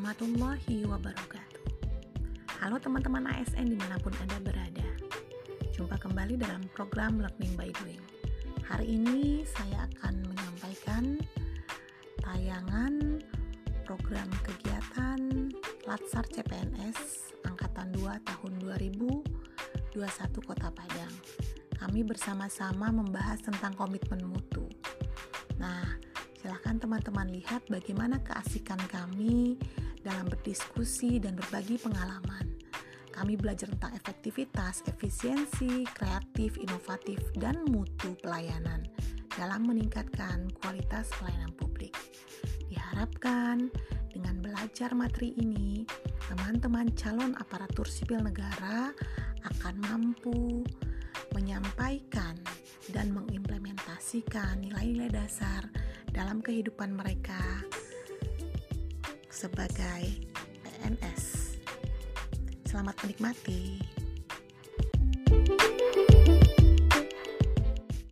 warahmatullahi wabarakatuh. Halo teman-teman ASN dimanapun Anda berada. Jumpa kembali dalam program Learning by Doing. Hari ini saya akan menyampaikan tayangan program kegiatan Latsar CPNS Angkatan 2 tahun 2021 Kota Padang. Kami bersama-sama membahas tentang komitmen mutu. Nah, silakan teman-teman lihat bagaimana keasikan kami dalam berdiskusi dan berbagi pengalaman. Kami belajar tentang efektivitas, efisiensi, kreatif, inovatif, dan mutu pelayanan dalam meningkatkan kualitas pelayanan publik. Diharapkan dengan belajar materi ini, teman-teman calon aparatur sipil negara akan mampu menyampaikan dan mengimplementasikan nilai-nilai dasar dalam kehidupan mereka sebagai PNS. Selamat menikmati.